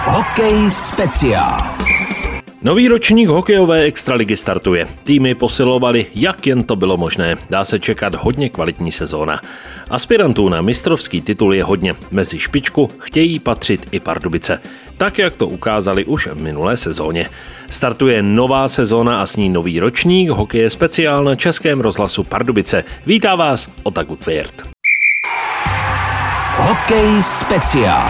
Hokej speciál. Nový ročník hokejové extraligy startuje. Týmy posilovaly, jak jen to bylo možné. Dá se čekat hodně kvalitní sezóna. Aspirantů na mistrovský titul je hodně. Mezi špičku chtějí patřit i Pardubice. Tak, jak to ukázali už v minulé sezóně. Startuje nová sezóna a s ní nový ročník hokeje speciál na Českém rozhlasu Pardubice. Vítá vás Otakut Tvěrt. Hokej speciál.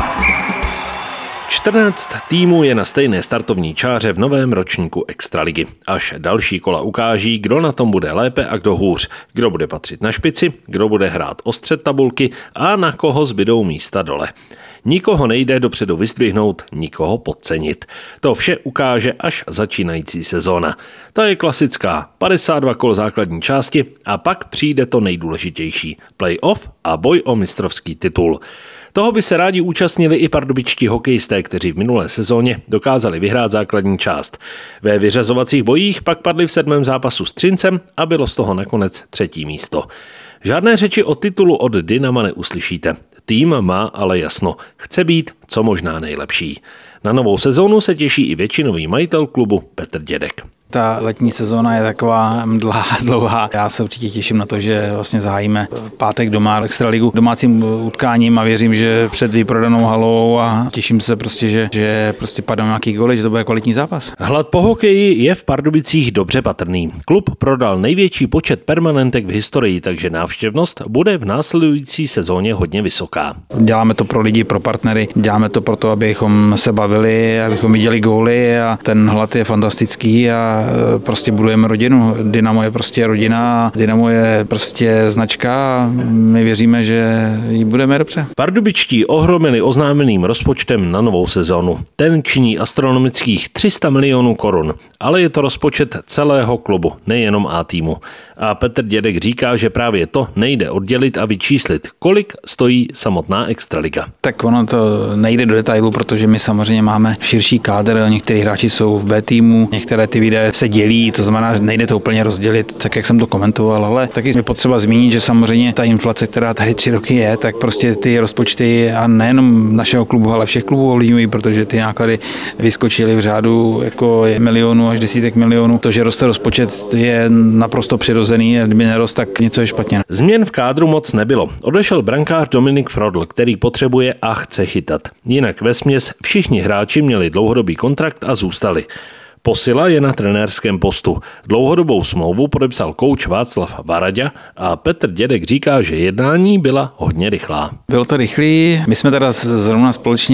14 týmů je na stejné startovní čáře v novém ročníku extraligy. Až další kola ukáží, kdo na tom bude lépe a kdo hůř, kdo bude patřit na špici, kdo bude hrát o střed tabulky a na koho zbydou místa dole. Nikoho nejde dopředu vyzdvihnout, nikoho podcenit. To vše ukáže až začínající sezóna. Ta je klasická, 52 kol základní části a pak přijde to nejdůležitější, play-off a boj o mistrovský titul. Toho by se rádi účastnili i pardubičtí hokejisté, kteří v minulé sezóně dokázali vyhrát základní část. Ve vyřazovacích bojích pak padli v 7. zápasu s Třincem a bylo z toho nakonec 3. místo. Žádné řeči o titulu od Dynama neuslyšíte. Tým má ale jasno, chce být co možná nejlepší. Na novou sezónu se těší i většinový majitel klubu Petr Dědek. Ta letní sezóna je taková dlouhá. Já se určitě těším na to, že vlastně zahájíme v pátek doma extraligu domácím utkáním a věřím, že před vyprodanou halou a těším se prostě, že prostě padnou nějaký góly, že to bude kvalitní zápas. Hlad po hokeji je v Pardubicích dobře patrný. Klub prodal největší počet permanentek v historii, takže návštěvnost bude v následující sezóně hodně vysoká. Děláme to pro lidi, pro partnery, děláme to proto, abychom se bavili, abychom viděli góly a ten hlad je fantastický a prostě budujeme rodinu. Dynamo je prostě rodina, Dynamo je prostě značka a my věříme, že jí budeme dobře. Pardubičtí ohromili oznámeným rozpočtem na novou sezónu. Ten činí astronomických 300 milionů korun, ale je to rozpočet celého klubu, nejenom A týmu. A Petr Dědek říká, že právě to nejde oddělit a vyčíslit, kolik stojí samotná extraliga. Tak ono to nejde do detailu, protože my samozřejmě máme širší kádr, někteří hráči jsou v B týmu, některé ty výdaje se dělí, to znamená, že nejde to úplně rozdělit, tak jak jsem to komentoval, ale taky je potřeba zmínit, že samozřejmě ta inflace, která tady 3 roky je, tak prostě ty rozpočty a nejenom našeho klubu, ale všech klubů ovlivňují, protože ty náklady vyskočily v řádu jako milionů až desítek milionů. To, že roste rozpočet, je naprosto přirozený, a kdyby nerost, tak něco je špatně. Změn v kádru moc nebylo. Odešel brankář Dominik Frodl, který potřebuje a chce chytat. Jinak vesměs všichni hráči měli dlouhodobý kontrakt a zůstali. Posila je na trenérském postu. Dlouhodobou smlouvu podepsal kouč Václav Varaďa a Petr Dědek říká, že jednání byla hodně rychlá. Bylo to rychlý, my jsme teda zrovna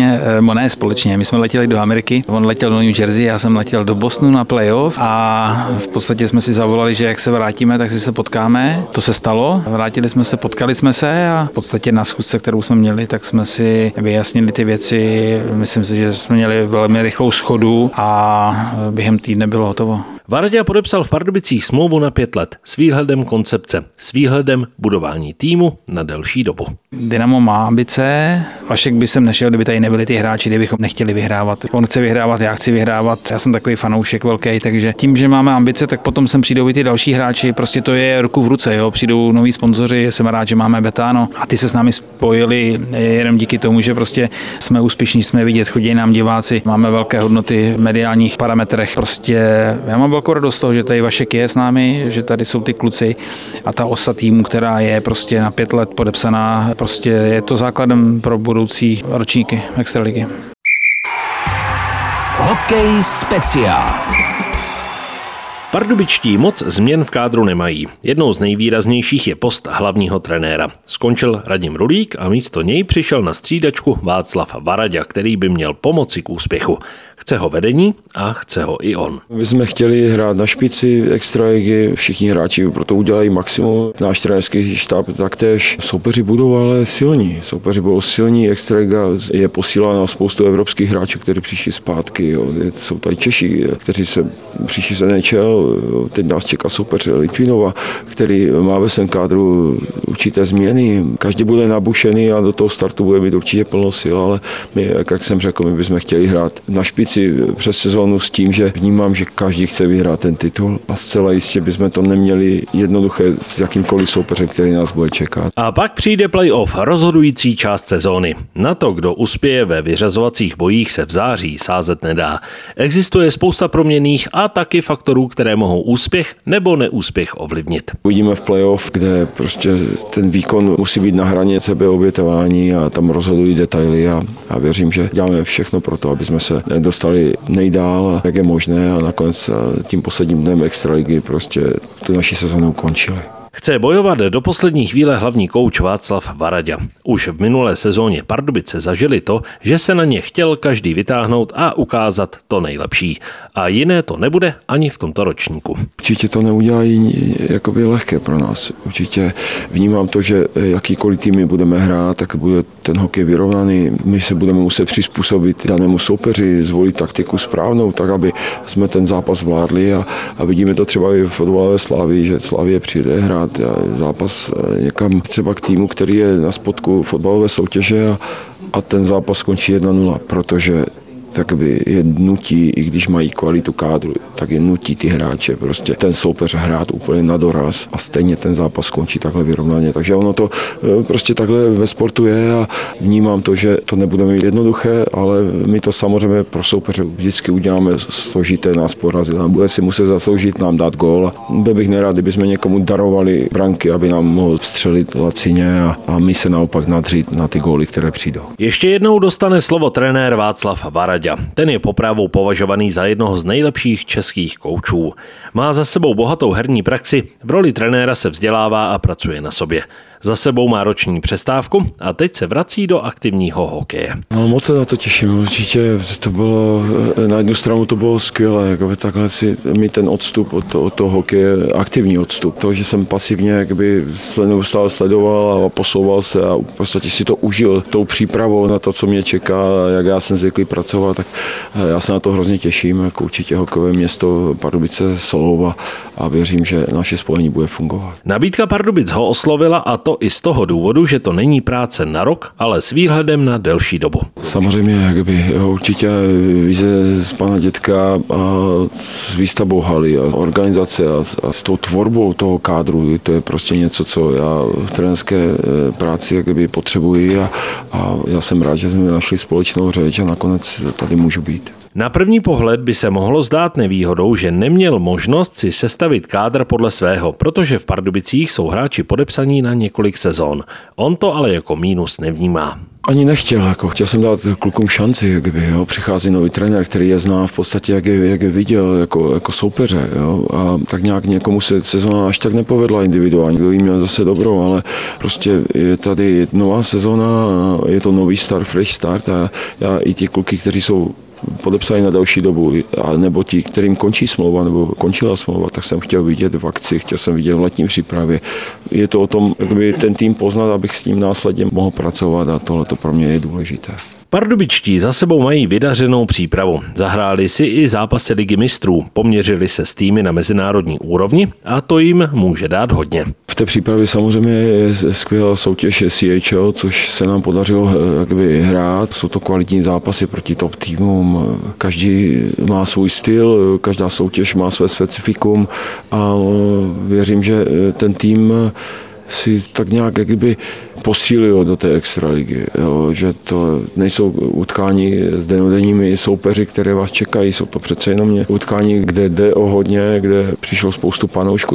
společně, my jsme letěli do Ameriky, on letěl do New Jersey, já jsem letěl do Bostonu na playoff a v podstatě jsme si zavolali, že jak se vrátíme, tak si se potkáme. To se stalo, vrátili jsme se, potkali jsme se a v podstatě na schůzce, kterou jsme měli, tak jsme si vyjasnili ty věci. Myslím si, že jsme měli velmi rychlou shodu a během týdne bylo hotovo. Varaďa podepsal v Pardubicích smlouvu na 5 let s výhledem koncepce, s výhledem budování týmu na delší dobu. Dynamo má ambice, Vašek by sem nešel, kdyby tady nebyli ty hráči, kdybychom nechtěli vyhrávat. On chce vyhrávat, já chci vyhrávat, já jsem takový fanoušek velký, takže tím, že máme ambice, tak potom sem přijdou i ty další hráči, prostě to je ruku v ruce, jo? Přijdou noví sponzoři, jsem rád, že máme Betano a ty se s námi spojili jenom díky tomu, že prostě jsme úspěšní, jsme vidět, chodí nám diváci, máme velké hodnoty v mediálních parametrech, prostě já mám velkou radost z toho, že tady Vašek je s námi, že tady jsou ty kluci a ta osa týmu, která je prostě na 5 let podepsaná, prostě je to základem pro budoucí ročníky extraligy. Hokej speciál. Pardubičtí moc změn v kádru nemají. Jednou z nejvýraznějších je post hlavního trenéra. Skončil Radim Rulík a místo něj přišel na střídačku Václav Varaďa, který by měl pomoci k úspěchu. Chce ho vedení a chce ho i on. My jsme chtěli hrát na špici extraligy, všichni hráči proto udělají maximum. Náš trenérský štáb taktéž. Soupeři budou ale silní. Soupeři budou silní, extraliga je posílána spoustu evropských hráčů, kteří přišli zpátky. Jo. Jsou tady Češi, kteří se přišli z NHL, stalo. Teď nás čeká soupeř Litvinova, který má ve svém kádru určité změny. Každý bude nabušený a do toho startu bude mít určitě plno sil, ale my, jak jsem řekl, my bychom chtěli hrát na špici přes sezónu s tím, že vnímám, že každý chce vyhrát ten titul a zcela jistě bychom to neměli jednoduché s jakýmkoliv soupeřem, který nás bude čekat. A pak přijde playoff, rozhodující část sezóny. Na to, kdo uspěje ve vyřazovacích bojích, se v září sázet nedá. Existuje spousta proměnných a taky faktorů, které mohou úspěch nebo neúspěch ovlivnit. Uvidíme v playoff, kde prostě ten výkon musí být na hraně sebeobětování a tam rozhodují detaily a věřím, že děláme všechno pro to, aby jsme se dostali nejdál, jak je možné a nakonec tím posledním dnem extraligy prostě tu naši sezonu ukončili. Chce bojovat do poslední chvíle hlavní kouč Václav Varaďa. Už v minulé sezóně Pardubice zažili to, že se na ně chtěl každý vytáhnout a ukázat to nejlepší. A jiné to nebude ani v tomto ročníku. Určitě to neudělají jakoby lehké pro nás. Určitě vnímám to, že jakýkoliv týmy budeme hrát, tak bude ten hokej vyrovnaný. My se budeme muset přizpůsobit danému soupeři, zvolit taktiku správnou, tak aby jsme ten zápas zvládli a vidíme to třeba i v fotbalové Slavii, že Slavie přijde hrát zápas někam třeba k týmu, který je na spodku fotbalové soutěže a ten zápas skončí 1-0, protože tak by je nutí, i když mají kvalitu kádru, tak je nutí ty hráče prostě ten soupeř hrát úplně na doraz a stejně ten zápas skončí takhle vyrovnaně. Takže ono to prostě takhle ve sportu je a vnímám to, že to nebudeme mít jednoduché, ale my to samozřejmě pro soupeře vždycky uděláme složité, nás porazit a bude si muset zasloužit nám dát gól. Byl bych nerad, kdybychom někomu darovali branky, aby nám mohl střelit lacině a my se naopak nadřít na ty góly, které přijdou. Ještě jednou dostane slovo trenér Václav Varaďa. Ten je popravou považovaný za jednoho z nejlepších českých koučů. Má za sebou bohatou herní praxi, v roli trenéra se vzdělává a pracuje na sobě. Za sebou má roční přestávku a teď se vrací do aktivního hokeje. No, moc se na to těším. Určitě to bylo, na jednu stranu to bylo skvělé, jakoby takhle si mít ten odstup od toho hokeje, aktivní odstup. To, že jsem pasivně jakoby neustále sledoval a posouval se a v podstatě si to užil tou přípravou na to, co mě čeká, jak já jsem zvyklý pracovat, tak já se na to hrozně těším. Jako určitě hokejové město Pardubice jsou a věřím, že naše spojení bude fungovat. Nabídka Pardubic ho oslovila a to i z toho důvodu, že to není práce na rok, ale s výhledem na delší dobu. Samozřejmě jakby, určitě vize z pana dětka a s výstavbou haly a organizace a s tou tvorbou toho kádru, to je prostě něco, co já v trenérské práci jakby potřebuji a já jsem rád, že jsme našli společnou řeč a nakonec tady můžu být. Na první pohled by se mohlo zdát nevýhodou, že neměl možnost si sestavit kádr podle svého, protože v Pardubicích jsou hráči podepsaní na několik sezón. On to ale jako mínus nevnímá. Ani nechtěl, chtěl jsem dát klukům šanci, přichází nový trenér, který je zná v podstatě, jak je viděl jako soupeře, jo? A tak nějak někomu se sezóna až tak nepovedla individuálně, kdo jí měl zase dobrou, ale prostě je tady nová sezóna, je to nový start, fresh start a já i ti kluky, kteří jsou podepsali na další dobu, nebo ti, kterým končí smlouva, nebo končila smlouva, tak jsem chtěl vidět v akci, chtěl jsem vidět v letní přípravě. Je to o tom, jakby ten tým poznat, abych s ním následně mohl pracovat a tohle to pro mě je důležité. Pardubičtí za sebou mají vydařenou přípravu. Zahráli si i zápasy Ligy mistrů, poměřili se s týmy na mezinárodní úrovni a to jim může dát hodně. V té přípravě samozřejmě je skvělá soutěž CHL, což se nám podařilo jakby hrát. Jsou to kvalitní zápasy proti top týmům. Každý má svůj styl, každá soutěž má své specifikum a věřím, že ten tým si tak nějak jakby posílilo do té extraligy, že to nejsou utkání s dennodenními soupeři, které vás čekají, jsou to přece jenom utkání, kde jde o hodně, kde přišlo spoustu panoušků,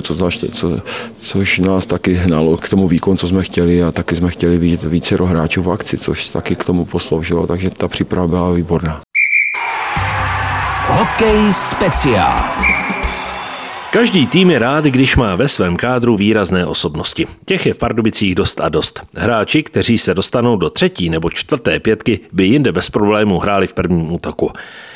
což nás taky hnalo k tomu výkonu, co jsme chtěli a taky jsme chtěli vidět více hráčů v akci, což taky k tomu posloužilo, takže ta příprava byla výborná. Hokej speciál. Každý tým je rád, když má ve svém kádru výrazné osobnosti. Těch je v Pardubicích dost a dost. Hráči, kteří se dostanou do 3. nebo 4. pětky, by jinde bez problémů hráli v prvním útoku.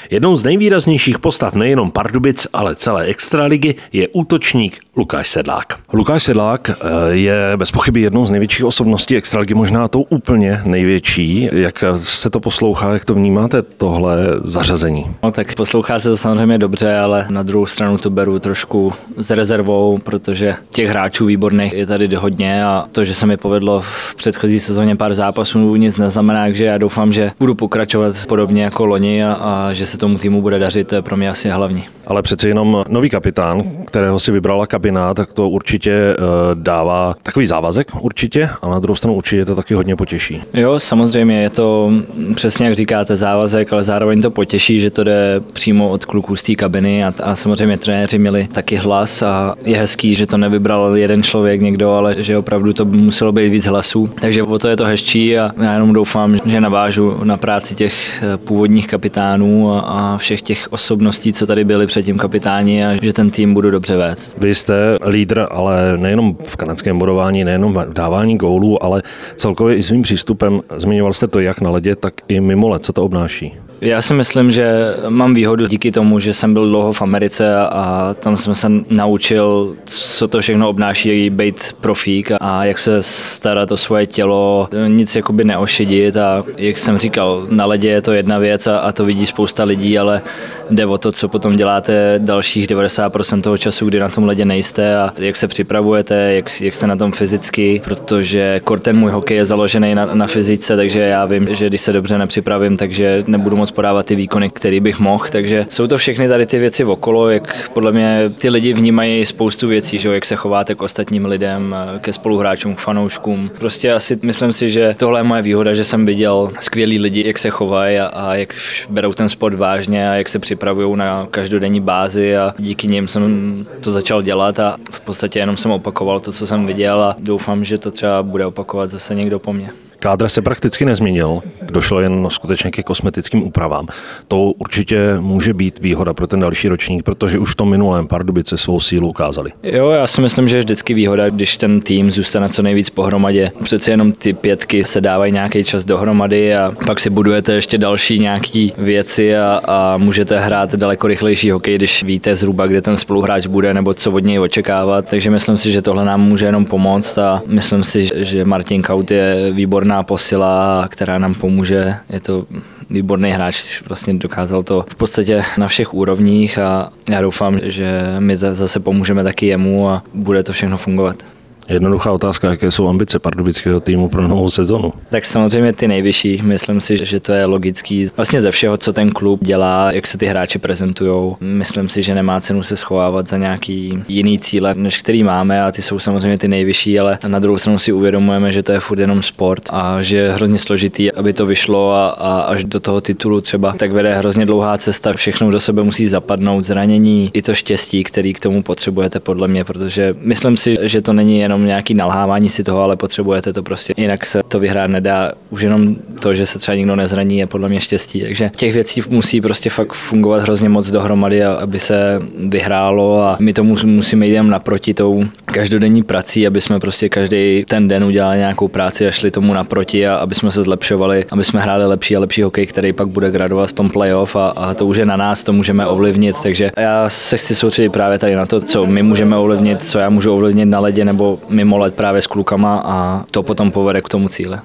Jednou z nejvýraznějších postav nejenom Pardubic, ale celé extraligy je útočník Lukáš Sedlák. Lukáš Sedlák je bez pochyby jednou z největších osobností extraligy, možná tou úplně největší. Jak se to poslouchá, jak to vnímáte, tohle zařazení? No tak poslouchá se to samozřejmě dobře, ale na druhou stranu to beru trošku s rezervou, protože těch hráčů výborných je tady hodně a to, že se mi povedlo v předchozí sezóně pár zápasů, nic neznamená, takže já doufám, že budu pokračovat podobně jako loni a že se tomu týmu bude dařit, to je pro mě asi hlavní. Ale přece jenom nový kapitán, kterého si vybrala kabina, tak to určitě dává takový závazek určitě, a na druhou stranu určitě to taky hodně potěší. Jo, samozřejmě je to přesně jak říkáte závazek, ale zároveň to potěší, že to jde přímo od kluků z té kabiny a samozřejmě trenéři měli taky hlas a je hezký, že to nevybral jeden člověk někdo, ale že opravdu to muselo být víc hlasů. Takže o to je to hezčí a já jenom doufám, že navážu na práci těch původních kapitánů a všech těch osobností, co tady byli předtím kapitáni a že ten tým budu dobře vést. Vy jste lídr, ale nejenom v kanadském bodování, nejenom v dávání gólů, ale celkově i svým přístupem. Zmiňoval jste to jak na ledě, tak i mimo led. Co to obnáší? Já si myslím, že mám výhodu díky tomu, že jsem byl dlouho v Americe a tam jsem se naučil, co to všechno obnáší být profík a jak se starat o svoje tělo, nic jakoby neošidit a jak jsem říkal, na ledě je to jedna věc a to vidí spousta lidí, ale jde o to, co potom děláte dalších 90% toho času, kdy na tom ledě nejste a jak se připravujete, jak jste na tom fyzicky, protože ten můj hokej je založený na fyzice, takže já vím, že když se dobře nepřipravím, takže nebudu moc podávat ty výkony, který bych mohl, takže jsou to všechny tady ty věci okolo, jak podle mě ty lidi vnímají spoustu věcí, že jak se chováte k ostatním lidem, ke spoluhráčům, k fanouškům. Prostě asi myslím si, že tohle je moje výhoda, že jsem viděl skvělí lidi, jak se chovají a jak berou ten sport vážně a jak se připravují na každodenní bázi a díky nim jsem to začal dělat a v podstatě jenom jsem opakoval to, co jsem viděl a doufám, že to třeba bude opakovat zase někdo po mně. Kádr se prakticky nezměnil, došlo jen skutečně ke kosmetickým úpravám. To určitě může být výhoda pro ten další ročník, protože už v tom minulém Pardubice svou sílu ukázali. Jo, já si myslím, že je vždycky výhoda, když ten tým zůstane co nejvíc pohromadě. Přece jenom ty pětky se dávají nějaký čas dohromady a pak si budujete ještě další nějaký věci a můžete hrát daleko rychlejší hokej, když víte zhruba, kde ten spoluhráč bude nebo co od něj očekávat. Takže myslím si, že tohle nám může jenom pomoct a myslím si, že Martin Kaut je výborný posila, která nám pomůže. Je to výborný hráč, vlastně dokázal to v podstatě na všech úrovních a já doufám, že my zase pomůžeme taky jemu a bude to všechno fungovat. Jednoduchá otázka, jaké jsou ambice pardubického týmu pro novou sezonu? Tak samozřejmě ty nejvyšší, myslím si, že to je logický. Vlastně ze všeho, co ten klub dělá, jak se ty hráči prezentujou. Myslím si, že nemá cenu se schovávat za nějaký jiný cíle, než který máme a ty jsou samozřejmě ty nejvyšší, ale na druhou stranu si uvědomujeme, že to je furt jenom sport a že je hrozně složitý, aby to vyšlo a až do toho titulu třeba tak vede hrozně dlouhá cesta, všechno do sebe musí zapadnout, zranění, i to štěstí, který k tomu potřebujete podle mě, protože myslím si, že to není jenom nějaký nalhávání si toho, ale potřebujete to prostě, jinak se to vyhrát nedá. Už jenom to, že se třeba nikdo nezraní, je podle mě štěstí. Takže těch věcí musí prostě fakt fungovat hrozně moc dohromady, aby se vyhrálo a my tomu musíme jít naproti tou každodenní prací, aby jsme prostě každý ten den udělali nějakou práci a šli tomu naproti a aby jsme se zlepšovali, aby jsme hráli lepší a lepší hokej, který pak bude gradovat v tom playoff a to už je na nás, to můžeme ovlivnit. Takže já se chci soustředit právě tady na to, co my můžeme ovlivnit, co já můžu ovlivnit na ledě nebo mimo led právě s klukama a to potom povede k tomu cíle.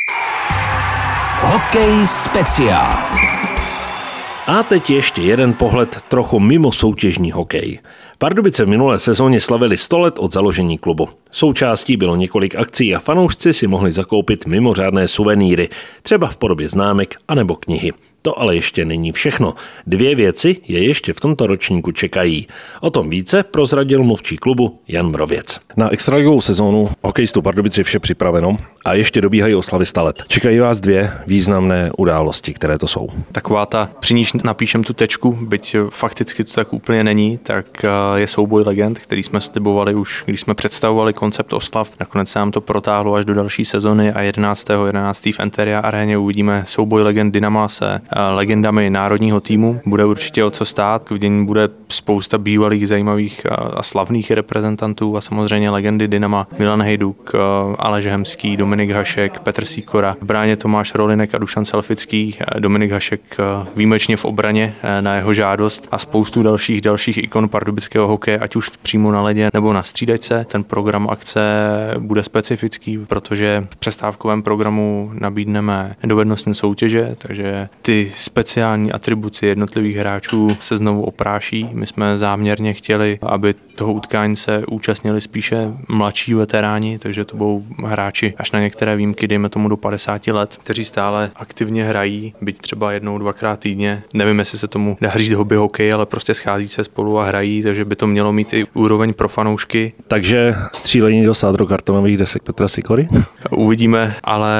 Hokej speciál. A teď ještě jeden pohled trochu mimo soutěžní hokej. Pardubice v minulé sezóně slavili 100 let od založení klubu. Součástí bylo několik akcí a fanoušci si mohli zakoupit mimořádné suvenýry, třeba v podobě známek anebo knihy. To ale ještě není všechno. 2 věci je ještě v tomto ročníku čekají. O tom více prozradil mluvčí klubu Jan Mrověc. Na extraligovou sezónu hokejistů Pardubice je vše připraveno a ještě dobíhají oslavy 100 let. Čekají vás 2 významné události, které to jsou. Taková ta, při níž napíšem tu tečku, byť fakticky to tak úplně není, tak je souboj legend, který jsme slibovali už, když jsme představovali koncept oslav. Nakonec se nám to protáhlo až do další sezony a 11. v Enteria aréně uvidíme souboj legend Dynamase legendami národního týmu. Bude určitě o co stát, v něm bude spousta bývalých zajímavých a slavných reprezentantů a samozřejmě legendy Dynama Milan Hejduk, Aleš Hemský, Dominik Hašek, Petr Sýkora, v bráně Tomáš Rolinek a Dušan Selfický, Dominik Hašek výjimečně v obraně na jeho žádost a spoustu dalších ikon pardubického hokeje, ať už přímo na ledě nebo na střídačce. Ten program akce bude specifický, protože v přestávkovém programu nabídneme dovednostní soutěže, takže ty speciální atributy jednotlivých hráčů se znovu opráší. My jsme záměrně chtěli, aby toho utkání se účastnili spíše mladší veteráni, takže to budou hráči až na některé výjimky, dejme tomu do 50 let, kteří stále aktivně hrají, byť třeba 1-2krát týdně. Nevím, jestli se tomu dá říct hobby hokej, ale prostě schází se spolu a hrají, takže by to mělo mít i úroveň pro fanoušky. Takže střílení do sádrokartonových desek Petra Sýkory? Uvidíme, ale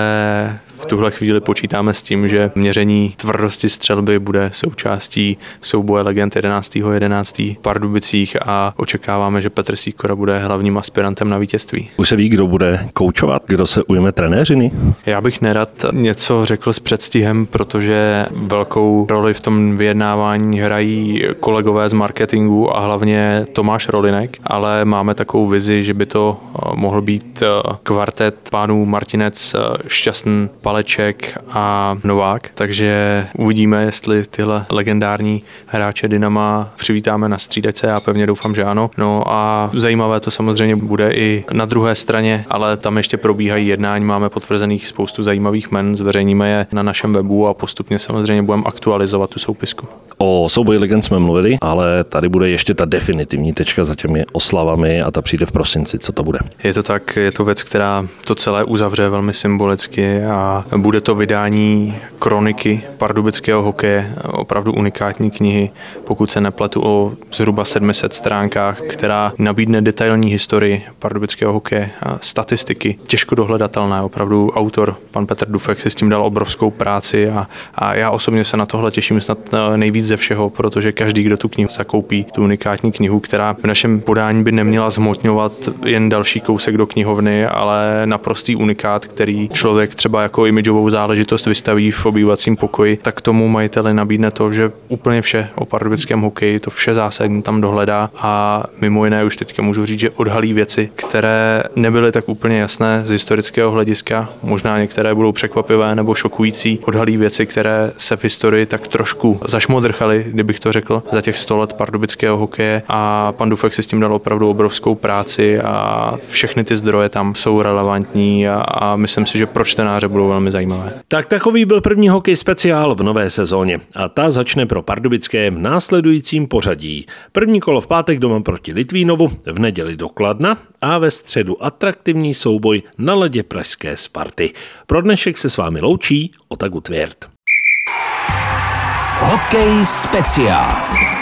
v tuhle chvíli počítáme s tím, že měření tvrdosti střelby bude součástí souboje legend 11.11. v Pardubicích a očekáváme, že Petr Sýkora bude hlavním aspirantem na vítězství. Už se ví, kdo bude koučovat, kdo se ujme trenéřiny? Já bych nerad něco řekl s předstihem, protože velkou roli v tom vyjednávání hrají kolegové z marketingu a hlavně Tomáš Rolinek, ale máme takovou vizi, že by to mohl být kvartet pánů Martinec, Šťastný, Paleček a Novák, takže uvidíme, jestli tyhle legendární hráče Dynama přivítáme na střídačce, já pevně doufám, že ano. No a zajímavé to samozřejmě bude i na druhé straně, ale tam ještě probíhají jednání, máme potvrzených spoustu zajímavých men, zveřejníme je na našem webu a postupně samozřejmě budeme aktualizovat tu soupisku. O souboji legend jsme mluvili, ale tady bude ještě ta definitivní tečka za těmi oslavami a ta přijde v prosinci. Co to bude? Je to tak, je to věc, která to celé uzavře velmi symbolicky a bude to vydání kroniky pardubického hokeje, opravdu unikátní knihy, pokud se nepletu, o zhruba 700 stránkách, která nabídne detailní historii pardubického hokeje, statistiky, těžko dohledatelné, opravdu autor, pan Petr Dufek, si s tím dal obrovskou práci a já osobně se na tohle těším snad nejvíc ze všeho, protože každý, kdo tu knihu zakoupí, tu unikátní knihu, která v našem podání by neměla zhmotňovat jen další kousek do knihovny, ale naprostý unikát, který člověk třeba jako imidžovou záležitost vystaví v obývacím pokoji, tak tomu majiteli nabídne to, že úplně vše o pardubickém hokeji, to vše zásadní tam dohledá a mimo jiné už teďka můžu říct, že odhalí věci, které nebyly tak úplně jasné z historického hlediska, možná některé budou překvapivé nebo šokující, odhalí věci, které se v historii tak trošku zašmodrchaly, kdybych to řekl, za těch 100 let pardubického hokeje a pan Dufek si s tím dal opravdu obrovskou práci a všechny ty zdroje tam jsou relevantní a myslím si, že pro čtenáře budou velmi zajímavé. Tak takový byl první hokej speciál v nové sezóně a ta začne pro pardubické v následujícím pořadí. První kolo v pátek doma proti Litvínovu, v neděli do Kladna a ve středu atraktivní souboj na ledě pražské Sparty. Pro dnešek se s vámi loučí Ota Gutwirth. Hokej speciál.